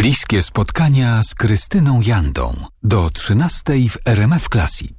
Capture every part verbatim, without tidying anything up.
Bliskie spotkania z Krystyną Jandą. Do trzynastej w R M F Classic.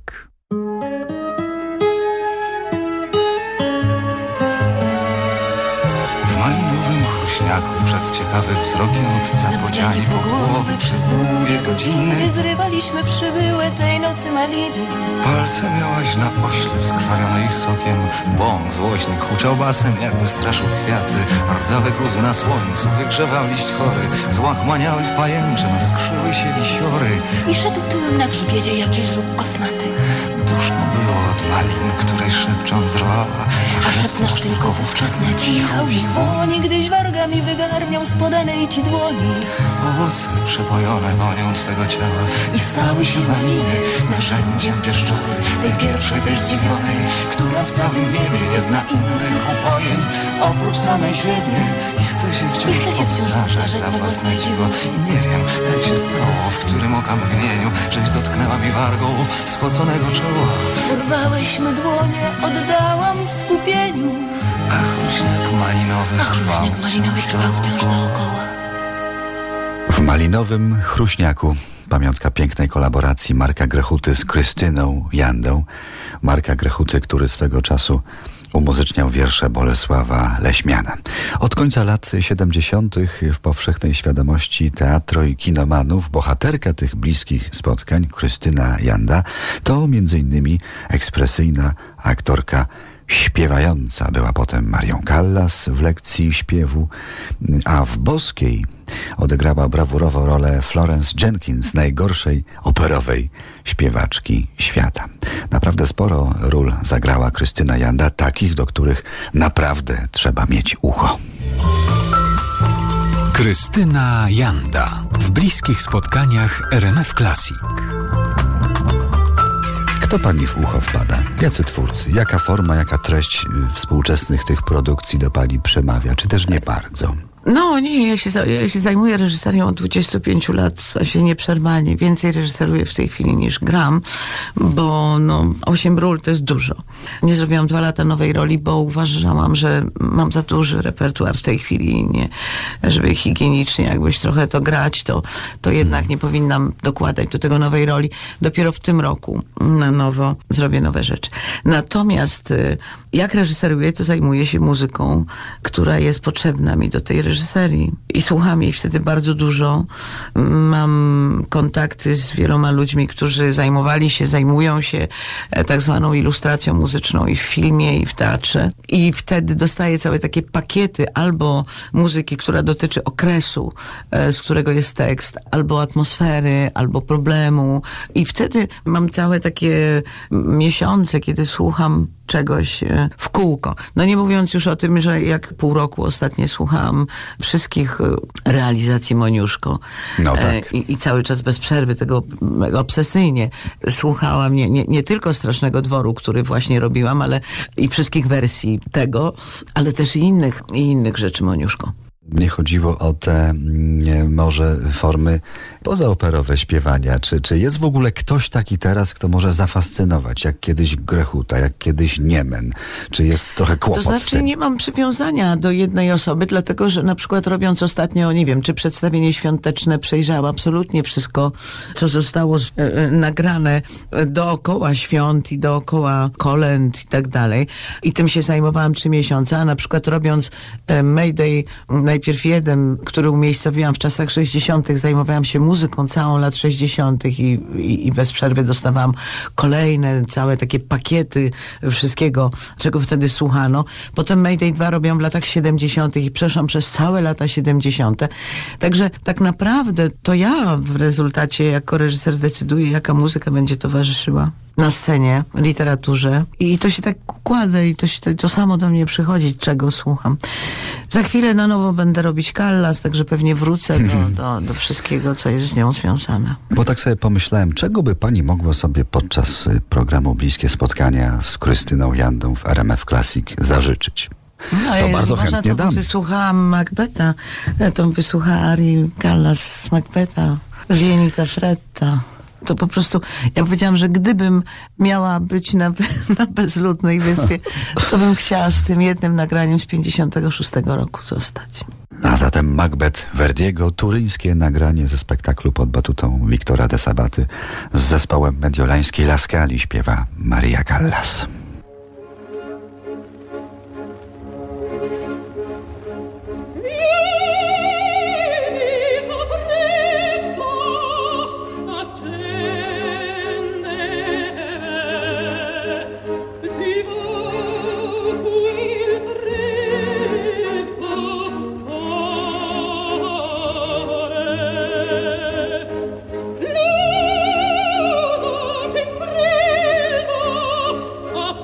W malinowym chruśniaku przed ciekawym wzrokiem zawodziani po głowy przez długie godziny zrywaliśmy przybyłe tej nocy maliny. Palce miałaś na ośle skrwawione ich sokiem. Bąk złośny huczał basem, jakby straszył kwiaty. Rdzawe guzy na słońcu wygrzewał liść chory. Złachmaniały w pajęcze, naskrzyły się wisiory. I szedł tyłem na grzbiedzie jakiś żuk kosmaty. Duszno było od malin, której szepcząc rwała. A szept nasz tylko wówczas nacichał ich woni, gdyś wargami wygarniał z podanej ci dłoni. Owoce przepojone wonią twego ciała I stały się maliny narzędziem pieszczoty, tej pierwszej, tej zdziwionej, która w całym niebie nie zna innych upojeń oprócz samej siebie. I chce się wciąż, I chce się wciąż powtarzać na własne dziwo. I nie wiem, jak się stało, w którym okamgnieniu żeś dotknęła mi wargą spoconego czoła. Urwałyśmy dłonie, oddałam w skupieniu. A chruśniak malinowy A chruśniak malinowy trwał wciąż dookoła. W malinowym chruśniaku pamiątka pięknej kolaboracji Marka Grechuty z Krystyną Jandą. Marka Grechuty, który swego czasu umuzyczniał wiersze Bolesława Leśmiana. Od końca lat siedemdziesiątych w powszechnej świadomości teatru i kinomanów bohaterka tych bliskich spotkań, Krystyna Janda, to między innymi ekspresyjna aktorka śpiewająca. Była potem Marią Callas w lekcji śpiewu, a w Boskiej odegrała brawurową rolę Florence Jenkins, najgorszej operowej śpiewaczki świata. Naprawdę sporo ról zagrała Krystyna Janda, takich, do których naprawdę trzeba mieć ucho. Krystyna Janda w bliskich spotkaniach R M F Classic. Kto pani w ucho wpada? Jacy twórcy? Jaka forma, jaka treść współczesnych tych produkcji do pani przemawia? Czy też nie bardzo? No nie, ja się, ja się zajmuję reżyserią od dwudziestu pięciu lat, a się nieprzerwanie. Więcej reżyseruję w tej chwili niż gram, bo no, osiem ról to jest dużo. Nie zrobiłam dwa lata nowej roli, bo uważałam, że mam za duży repertuar w tej chwili i nie, żeby higienicznie jakbyś trochę to grać, to, to jednak nie powinnam dokładać do tego nowej roli. Dopiero w tym roku na nowo zrobię nowe rzeczy. Natomiast jak reżyseruję, to zajmuję się muzyką, która jest potrzebna mi do tej reżyserii. reżyserii. I słucham jej wtedy bardzo dużo. Mam kontakty z wieloma ludźmi, którzy zajmowali się, zajmują się tak zwaną ilustracją muzyczną i w filmie, i w teatrze. I wtedy dostaję całe takie pakiety albo muzyki, która dotyczy okresu, z którego jest tekst, albo atmosfery, albo problemu. I wtedy mam całe takie miesiące, kiedy słucham czegoś w kółko. No nie mówiąc już o tym, że jak pół roku ostatnio słuchałam wszystkich realizacji Moniuszko. No tak. I, i cały czas bez przerwy tego obsesyjnie słuchałam nie, nie, nie tylko Strasznego Dworu, który właśnie robiłam, ale i wszystkich wersji tego, ale też i innych, i innych rzeczy Moniuszko. Mnie chodziło o te nie, może formy pozaoperowe śpiewania. Czy, czy jest w ogóle ktoś taki teraz, kto może zafascynować, jak kiedyś Grechuta, jak kiedyś Niemen? Czy jest trochę kłopot To znaczy nie mam przywiązania do jednej osoby, dlatego że na przykład robiąc ostatnio, nie wiem, czy przedstawienie świąteczne, przejrzałam absolutnie wszystko, co zostało z, e, nagrane dookoła świąt i dookoła kolęd i tak dalej. I tym się zajmowałam trzy miesiące, a na przykład robiąc e, Mayday, najpierw jeden, który umiejscowiłam w czasach sześćdziesiątych, zajmowałam się muzyką całą lat sześćdziesiątych i, i, i bez przerwy dostawałam kolejne, całe takie pakiety wszystkiego, czego wtedy słuchano. Potem Mayday dwa robiłam w latach siedemdziesiątych i przeszłam przez całe lata siedemdziesiąte. Także tak naprawdę to ja w rezultacie jako reżyser decyduję, jaka muzyka będzie towarzyszyła na scenie, literaturze i to się tak układa i to, się, to, to samo do mnie przychodzi, czego słucham. Za chwilę na nowo będę robić Callas, także pewnie wrócę do, do, do wszystkiego, co jest z nią związane. Bo tak sobie pomyślałem, czego by pani mogła sobie podczas programu Bliskie Spotkania z Krystyną Jandą w R M F Classic zażyczyć? No, to ja bardzo chętnie to dam. Wysłuchałam Macbetha, to wysłuchała arii Callas z Macbetha, Lienita Fretta. To po prostu, ja powiedziałam, że gdybym miała być na, na bezludnej wyspie, to bym chciała z tym jednym nagraniem z pięćdziesiątego szóstego roku zostać. A zatem Macbeth Verdiego, turyńskie nagranie ze spektaklu pod batutą Wiktora de Sabaty z zespołem mediolańskiej La Scali śpiewa Maria Callas. Oh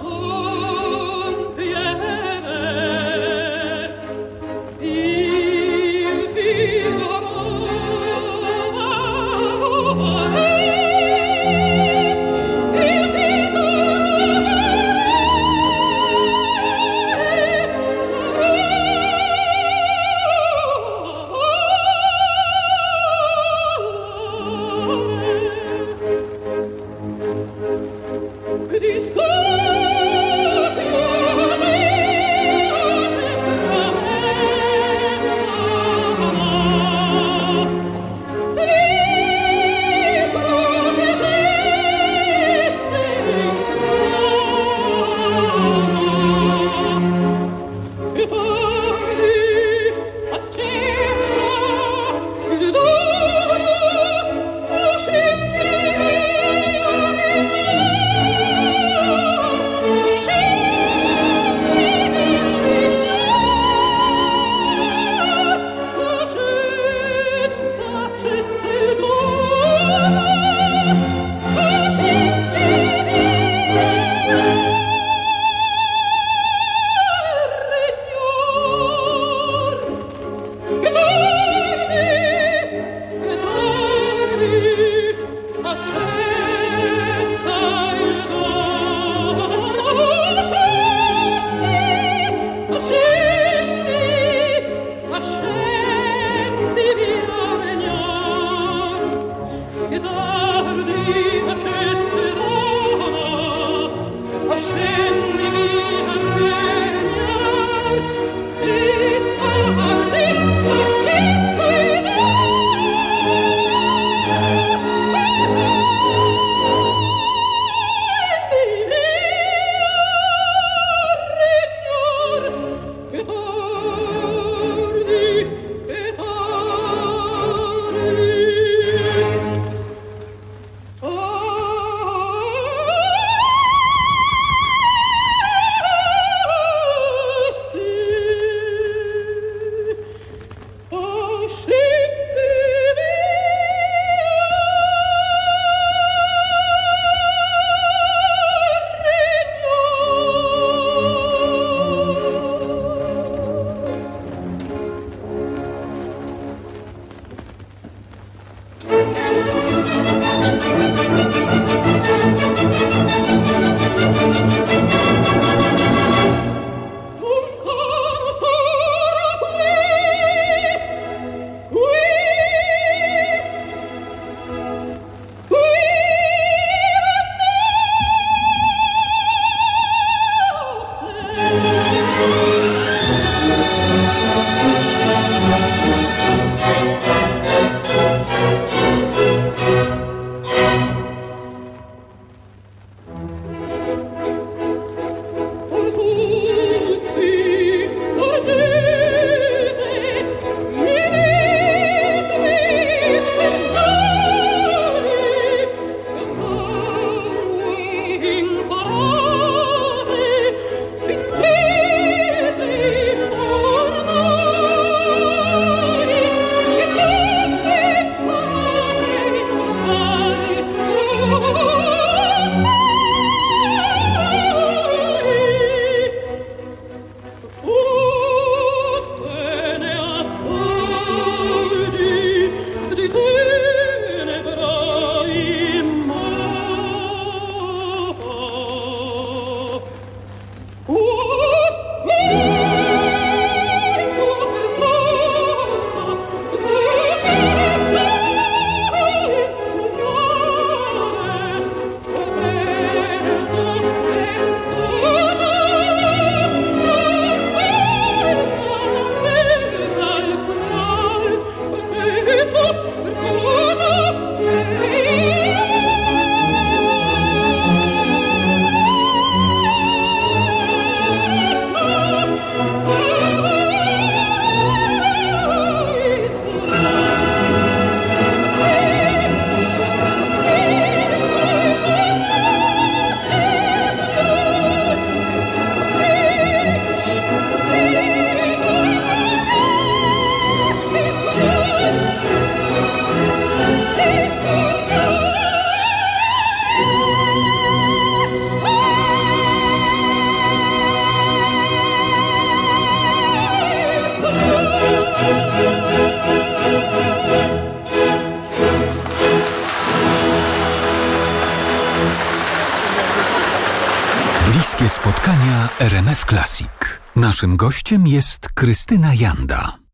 spotkania R M F Classic. Naszym gościem jest Krystyna Janda.